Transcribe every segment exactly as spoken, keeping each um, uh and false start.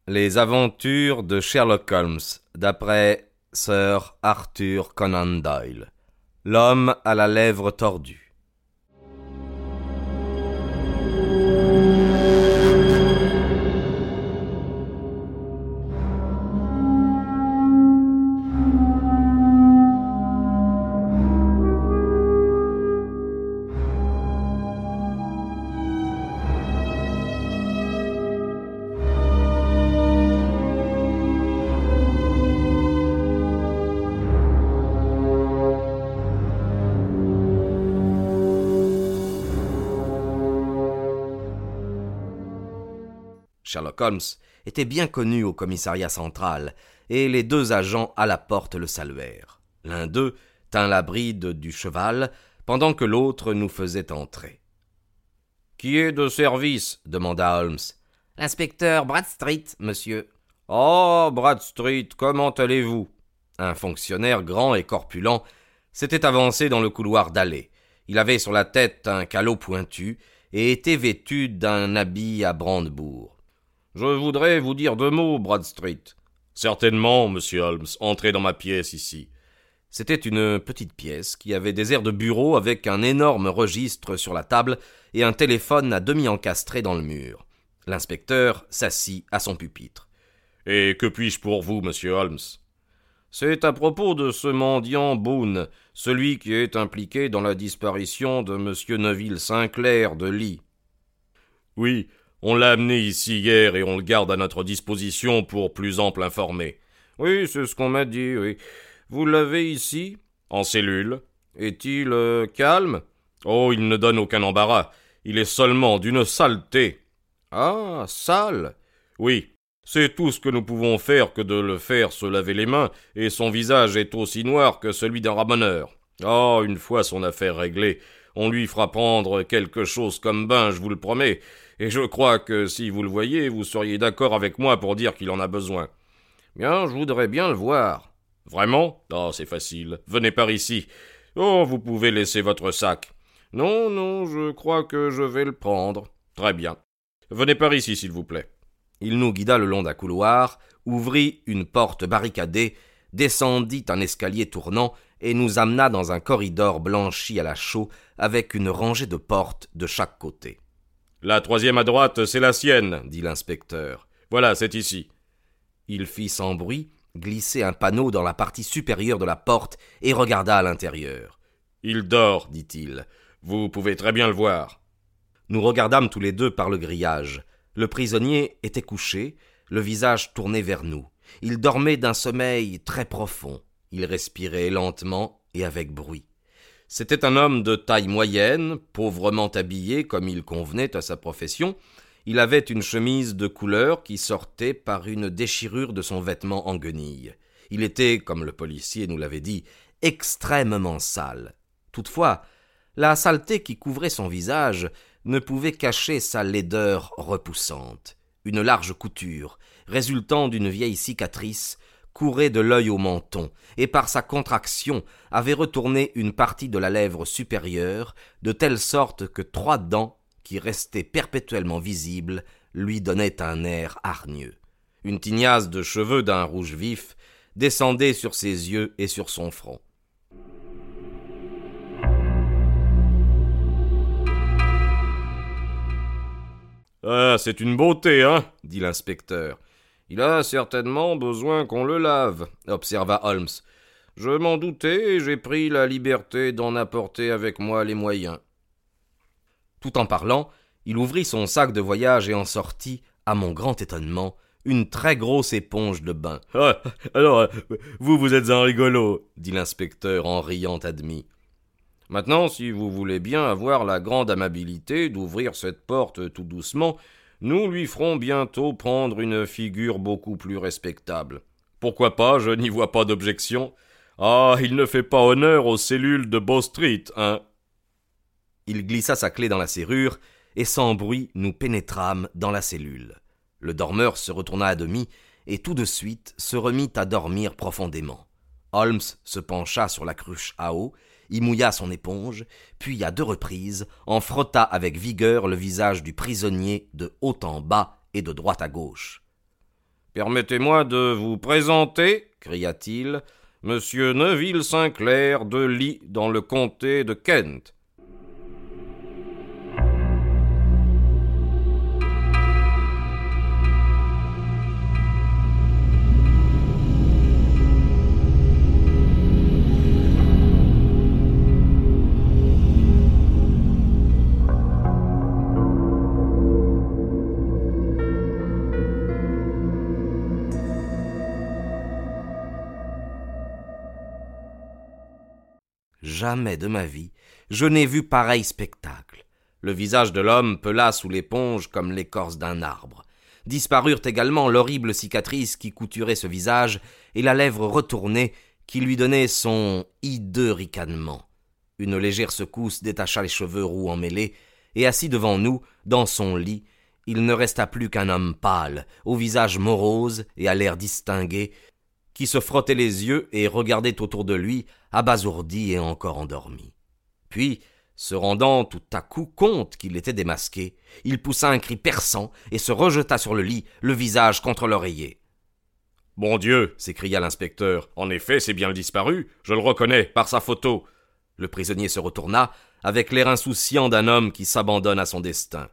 Les aventures de Sherlock Holmes, d'après Sir Arthur Conan Doyle. L'homme à la lèvre tordue. Sherlock Holmes était bien connu au commissariat central, et les deux agents à la porte le saluèrent. L'un d'eux tint la bride du cheval, pendant que l'autre nous faisait entrer. « Qui est de service ?» demanda Holmes. « L'inspecteur Bradstreet, monsieur. »« Ah, Bradstreet, comment allez-vous » Un fonctionnaire grand et corpulent s'était avancé dans le couloir d'allée. Il avait sur la tête un calot pointu et était vêtu d'un habit à brandebourg. « Je voudrais vous dire deux mots, Bradstreet. »« Certainement, monsieur Holmes, entrez dans ma pièce ici. » C'était une petite pièce qui avait des airs de bureau avec un énorme registre sur la table et un téléphone à demi encastré dans le mur. L'inspecteur s'assit à son pupitre. « Et que puis-je pour vous, monsieur Holmes ?»« C'est à propos de ce mendiant Boone, celui qui est impliqué dans la disparition de monsieur Neville Sinclair de Lee. »« Oui. On l'a amené ici hier et on le garde à notre disposition pour plus ample informé. »« Oui, c'est ce qu'on m'a dit, oui. Vous l'avez ici ? » ?»« En cellule. »« Est-il euh, calme ? » ?»« Oh, il ne donne aucun embarras. Il est seulement d'une saleté. »« Ah, sale ? » ?»« Oui. C'est tout ce que nous pouvons faire que de le faire se laver les mains, et son visage est aussi noir que celui d'un ramoneur. Oh, une fois son affaire réglée, on lui fera prendre quelque chose comme bain, je vous le promets. Et je crois que si vous le voyez, vous seriez d'accord avec moi pour dire qu'il en a besoin. »« Bien, je voudrais bien le voir. »« Vraiment ? Oh, c'est facile. Venez par ici. Oh, vous pouvez laisser votre sac. »« Non, non, je crois que je vais le prendre. »« Très bien. Venez par ici, s'il vous plaît. » Il nous guida le long d'un couloir, ouvrit une porte barricadée, descendit un escalier tournant et nous amena dans un corridor blanchi à la chaux avec une rangée de portes de chaque côté. « La troisième à droite, c'est la sienne, » dit l'inspecteur. « Voilà, c'est ici. » Il fit sans bruit glisser un panneau dans la partie supérieure de la porte et regarda à l'intérieur. « Il dort, dit-il. Vous pouvez très bien le voir. » Nous regardâmes tous les deux par le grillage. Le prisonnier était couché, le visage tourné vers nous. Il dormait d'un sommeil très profond. Il respirait lentement et avec bruit. C'était un homme de taille moyenne, pauvrement habillé comme il convenait à sa profession. Il avait une chemise de couleur qui sortait par une déchirure de son vêtement en guenilles. Il était, comme le policier nous l'avait dit, extrêmement sale. Toutefois, la saleté qui couvrait son visage ne pouvait cacher sa laideur repoussante. Une large couture, résultant d'une vieille cicatrice, courait de l'œil au menton, et par sa contraction avait retourné une partie de la lèvre supérieure, de telle sorte que trois dents, qui restaient perpétuellement visibles, lui donnaient un air hargneux. Une tignasse de cheveux d'un rouge vif descendait sur ses yeux et sur son front. « Ah, c'est une beauté, hein » dit l'inspecteur. « Il a certainement besoin qu'on le lave, » observa Holmes. « Je m'en doutais et j'ai pris la liberté d'en apporter avec moi les moyens. » Tout en parlant, il ouvrit son sac de voyage et en sortit, à mon grand étonnement, une très grosse éponge de bain. « Ah, alors, vous, vous êtes un rigolo, » dit l'inspecteur en riant admis. « Maintenant, si vous voulez bien avoir la grande amabilité d'ouvrir cette porte tout doucement, nous lui ferons bientôt prendre une figure beaucoup plus respectable. »« Pourquoi pas, je n'y vois pas d'objection. Ah, il ne fait pas honneur aux cellules de Bow Street, hein ?» Il glissa sa clé dans la serrure, et sans bruit, nous pénétrâmes dans la cellule. Le dormeur se retourna à demi, et tout de suite se remit à dormir profondément. Holmes se pencha sur la cruche à eau, y mouilla son éponge, puis à deux reprises en frotta avec vigueur le visage du prisonnier de haut en bas et de droite à gauche. Permettez-moi de vous présenter, cria-t-il, Monsieur Neville Sinclair de Lee dans le comté de Kent. Jamais de ma vie, je n'ai vu pareil spectacle. Le visage de l'homme pela sous l'éponge comme l'écorce d'un arbre. Disparurent également l'horrible cicatrice qui couturait ce visage et la lèvre retournée qui lui donnait son hideux ricanement. Une légère secousse détacha les cheveux roux emmêlés, et assis devant nous, dans son lit, il ne resta plus qu'un homme pâle, au visage morose et à l'air distingué, qui se frottait les yeux et regardait autour de lui, abasourdi et encore endormi. Puis, se rendant tout à coup compte qu'il était démasqué, il poussa un cri perçant et se rejeta sur le lit, le visage contre l'oreiller. « Bon Dieu !» s'écria l'inspecteur. « En effet, c'est bien le disparu. Je le reconnais par sa photo. » Le prisonnier se retourna, avec l'air insouciant d'un homme qui s'abandonne à son destin.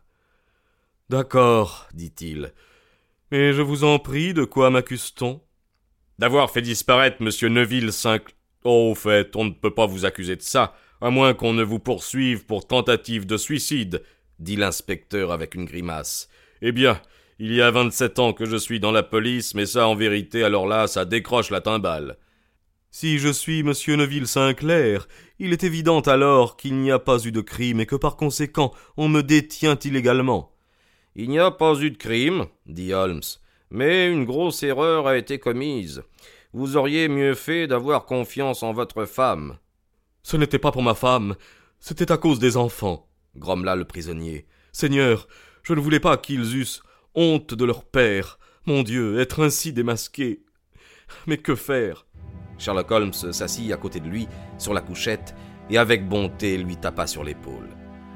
« D'accord, dit-il. Mais je vous en prie, de quoi m'accuse-t-on ?»« D'avoir fait disparaître Monsieur Neville Sinclair. Oh, au fait, on ne peut pas vous accuser de ça, à moins qu'on ne vous poursuive pour tentative de suicide, dit l'inspecteur avec une grimace. Eh bien, il y a vingt-sept ans que je suis dans la police, mais ça, en vérité, alors là, ça décroche la timbale. Si je suis Monsieur Neville Sinclair, il est évident alors qu'il n'y a pas eu de crime et que par conséquent, on me détient illégalement. Il n'y a pas eu de crime, dit Holmes, mais une grosse erreur a été commise. Vous auriez mieux fait d'avoir confiance en votre femme. Ce n'était pas pour ma femme, c'était à cause des enfants, grommela le prisonnier. Seigneur, je ne voulais pas qu'ils eussent honte de leur père. Mon Dieu, être ainsi démasqué. Mais que faire? Sherlock Holmes s'assit à côté de lui, sur la couchette, et avec bonté lui tapa sur l'épaule.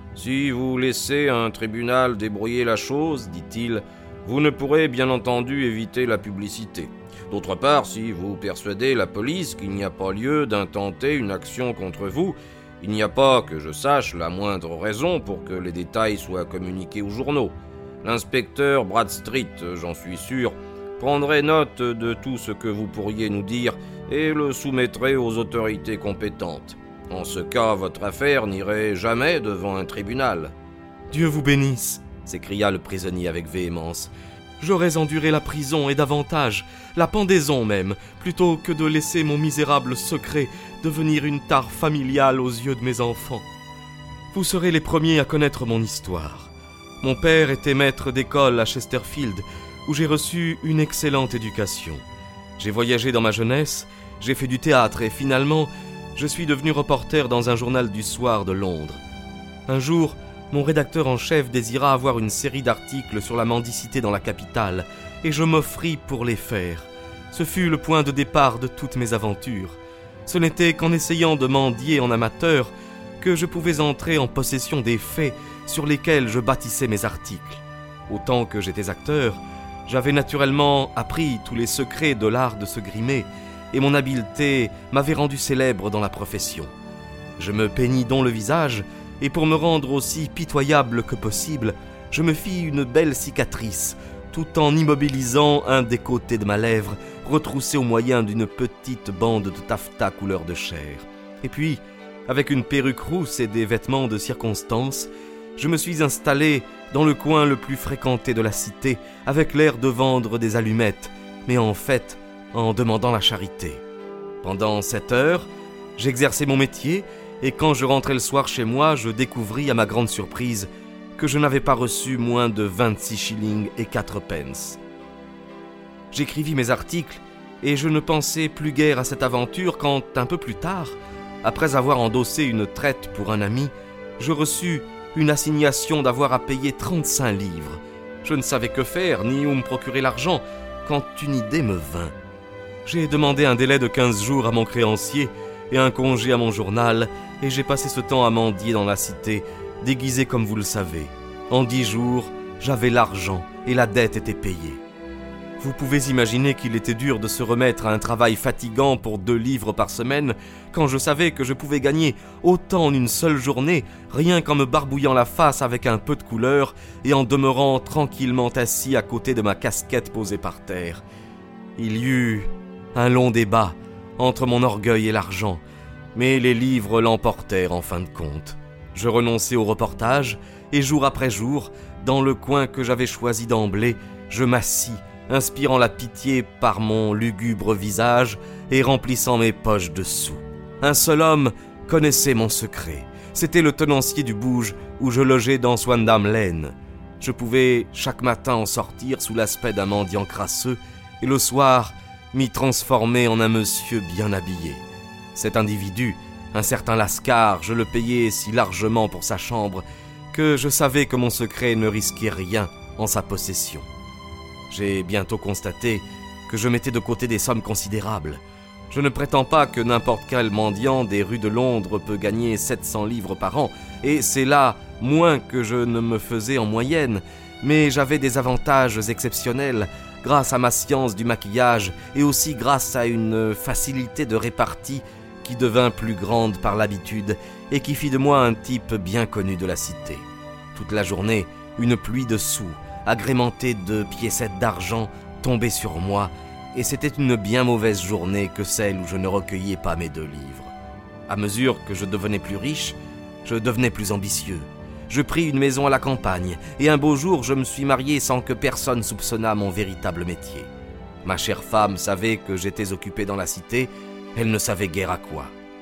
Si vous laissez un tribunal débrouiller la chose, dit-il, vous ne pourrez bien entendu éviter la publicité. D'autre part, si vous persuadez la police qu'il n'y a pas lieu d'intenter une action contre vous, il n'y a pas, que je sache, la moindre raison pour que les détails soient communiqués aux journaux. L'inspecteur Bradstreet, j'en suis sûr, prendrait note de tout ce que vous pourriez nous dire et le soumettrait aux autorités compétentes. En ce cas, votre affaire n'irait jamais devant un tribunal. « Dieu vous bénisse !» s'écria le prisonnier avec véhémence. J'aurais enduré la prison et davantage, la pendaison même, plutôt que de laisser mon misérable secret devenir une tare familiale aux yeux de mes enfants. Vous serez les premiers à connaître mon histoire. Mon père était maître d'école à Chesterfield, où j'ai reçu une excellente éducation. J'ai voyagé dans ma jeunesse, j'ai fait du théâtre et finalement, je suis devenu reporter dans un journal du soir de Londres. Un jour, mon rédacteur en chef désira avoir une série d'articles sur la mendicité dans la capitale, et je m'offris pour les faire. Ce fut le point de départ de toutes mes aventures. Ce n'était qu'en essayant de mendier en amateur que je pouvais entrer en possession des faits sur lesquels je bâtissais mes articles. Autant que j'étais acteur, j'avais naturellement appris tous les secrets de l'art de se grimer, et mon habileté m'avait rendu célèbre dans la profession. Je me peignis donc le visage, et pour me rendre aussi pitoyable que possible, je me fis une belle cicatrice, tout en immobilisant un des côtés de ma lèvre, retroussé au moyen d'une petite bande de taffetas couleur de chair. Et puis, avec une perruque rousse et des vêtements de circonstance, je me suis installé dans le coin le plus fréquenté de la cité, avec l'air de vendre des allumettes, mais en fait, en demandant la charité. Pendant sept heures, j'exerçais mon métier, et quand je rentrais le soir chez moi, je découvris à ma grande surprise que je n'avais pas reçu moins de vingt-six shillings et quatre pence. J'écrivis mes articles, et je ne pensais plus guère à cette aventure quand, un peu plus tard, après avoir endossé une traite pour un ami, je reçus une assignation d'avoir à payer trente-cinq livres. Je ne savais que faire, ni où me procurer l'argent, quand une idée me vint. J'ai demandé un délai de quinze jours à mon créancier et un congé à mon journal, et j'ai passé ce temps à mendier dans la cité, déguisé comme vous le savez. En dix jours, j'avais l'argent et la dette était payée. Vous pouvez imaginer qu'il était dur de se remettre à un travail fatigant pour deux livres par semaine, quand je savais que je pouvais gagner autant en une seule journée, rien qu'en me barbouillant la face avec un peu de couleur et en demeurant tranquillement assis à côté de ma casquette posée par terre. Il y eut un long débat entre mon orgueil et l'argent, mais les livres l'emportèrent en fin de compte. Je renonçai au reportage et jour après jour, dans le coin que j'avais choisi d'emblée, je m'assis, inspirant la pitié par mon lugubre visage et remplissant mes poches de sous. Un seul homme connaissait mon secret. C'était le tenancier du bouge où je logeais dans Swandam Lane. Je pouvais chaque matin en sortir sous l'aspect d'un mendiant crasseux et le soir m'y transformer en un monsieur bien habillé. Cet individu, un certain Lascar, je le payais si largement pour sa chambre que je savais que mon secret ne risquait rien en sa possession. J'ai bientôt constaté que je mettais de côté des sommes considérables. Je ne prétends pas que n'importe quel mendiant des rues de Londres peut gagner sept cents livres par an, et c'est là moins que je ne me faisais en moyenne, mais j'avais des avantages exceptionnels grâce à ma science du maquillage et aussi grâce à une facilité de répartie qui devint plus grande par l'habitude et qui fit de moi un type bien connu de la cité. Toute la journée, une pluie de sous, agrémentée de piécettes d'argent, tombait sur moi, et c'était une bien mauvaise journée que celle où je ne recueillais pas mes deux livres. À mesure que je devenais plus riche, je devenais plus ambitieux. Je pris une maison à la campagne, et un beau jour je me suis marié sans que personne soupçonnât mon véritable métier. Ma chère femme savait que j'étais occupé dans la cité, elle ne savait guère à quoi.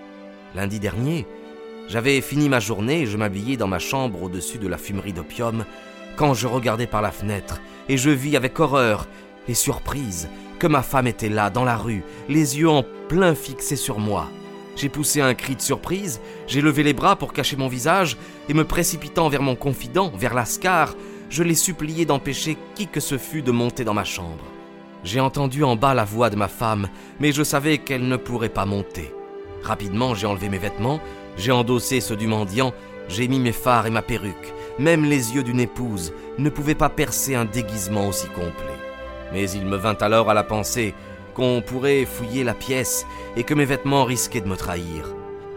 Lundi dernier, j'avais fini ma journée et je m'habillais dans ma chambre au-dessus de la fumerie d'opium, quand je regardai par la fenêtre, et je vis avec horreur et surprise que ma femme était là, dans la rue, les yeux en plein fixés sur moi. J'ai poussé un cri de surprise, j'ai levé les bras pour cacher mon visage, et me précipitant vers mon confident, vers Lascar, je l'ai supplié d'empêcher qui que ce fût de monter dans ma chambre. J'ai entendu en bas la voix de ma femme, mais je savais qu'elle ne pourrait pas monter. Rapidement, j'ai enlevé mes vêtements, j'ai endossé ceux du mendiant, j'ai mis mes fards et ma perruque. Même les yeux d'une épouse ne pouvaient pas percer un déguisement aussi complet. Mais il me vint alors à la pensée qu'on pourrait fouiller la pièce et que mes vêtements risquaient de me trahir.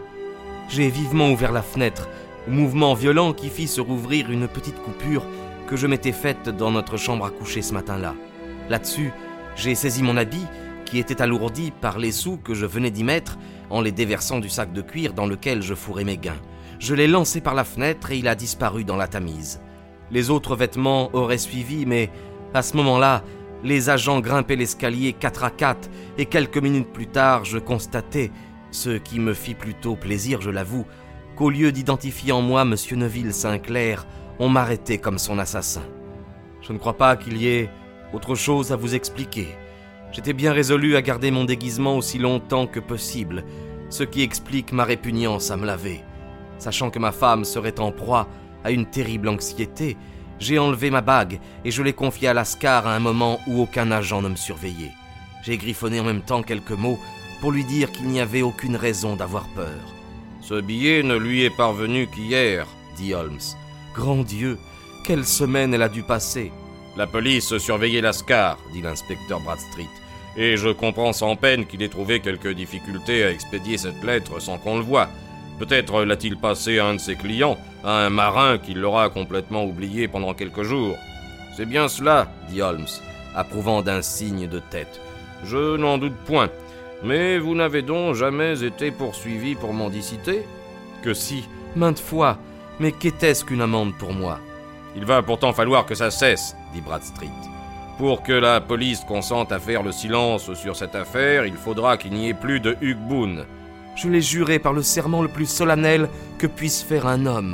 J'ai vivement ouvert la fenêtre, mouvement violent qui fit se rouvrir une petite coupure que je m'étais faite dans notre chambre à coucher ce matin-là. Là-dessus, j'ai saisi mon habit, qui était alourdi par les sous que je venais d'y mettre, en les déversant du sac de cuir dans lequel je fourrais mes gains. Je l'ai lancé par la fenêtre et il a disparu dans la Tamise. Les autres vêtements auraient suivi, mais à ce moment-là, les agents grimpaient l'escalier quatre à quatre et quelques minutes plus tard, je constatai, ce qui me fit plutôt plaisir, je l'avoue, qu'au lieu d'identifier en moi M. Neville Sinclair, on m'arrêtait comme son assassin. Je ne crois pas qu'il y ait autre chose à vous expliquer. J'étais bien résolu à garder mon déguisement aussi longtemps que possible, ce qui explique ma répugnance à me laver. Sachant que ma femme serait en proie à une terrible anxiété, j'ai enlevé ma bague et je l'ai confiée à Lascar à un moment où aucun agent ne me surveillait. J'ai griffonné en même temps quelques mots pour lui dire qu'il n'y avait aucune raison d'avoir peur. « Ce billet ne lui est parvenu qu'hier, » dit Holmes. « Grand Dieu, quelle semaine elle a dû passer !»« La police surveillait Lascar, » dit l'inspecteur Bradstreet, « et je comprends sans peine qu'il ait trouvé quelques difficultés à expédier cette lettre sans qu'on le voie. Peut-être l'a-t-il passé à un de ses clients, à un marin qui l'aura complètement oublié pendant quelques jours. »« C'est bien cela, » dit Holmes, approuvant d'un signe de tête. « Je n'en doute point. Mais vous n'avez donc jamais été poursuivi pour mendicité ?»« Que si, maintes fois. Mais qu'était-ce qu'une amende pour moi ?»« Il va pourtant falloir que ça cesse, » dit Bradstreet. « Pour que la police consente à faire le silence sur cette affaire, il faudra qu'il n'y ait plus de Hugh Boone. » Je l'ai juré par le serment le plus solennel que puisse faire un homme.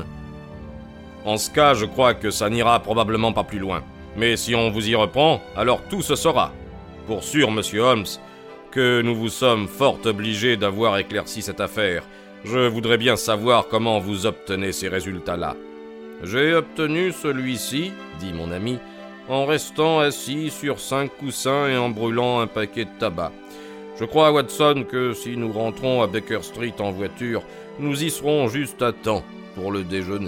« En ce cas, je crois que ça n'ira probablement pas plus loin. Mais si on vous y reprend, alors tout se saura. Pour sûr, monsieur Holmes, que nous vous sommes fort obligés d'avoir éclairci cette affaire. Je voudrais bien savoir comment vous obtenez ces résultats-là. »« J'ai obtenu celui-ci, dit mon ami, en restant assis sur cinq coussins et en brûlant un paquet de tabac. Je crois, Watson, que si nous rentrons à Baker Street en voiture, nous y serons juste à temps pour le déjeuner. »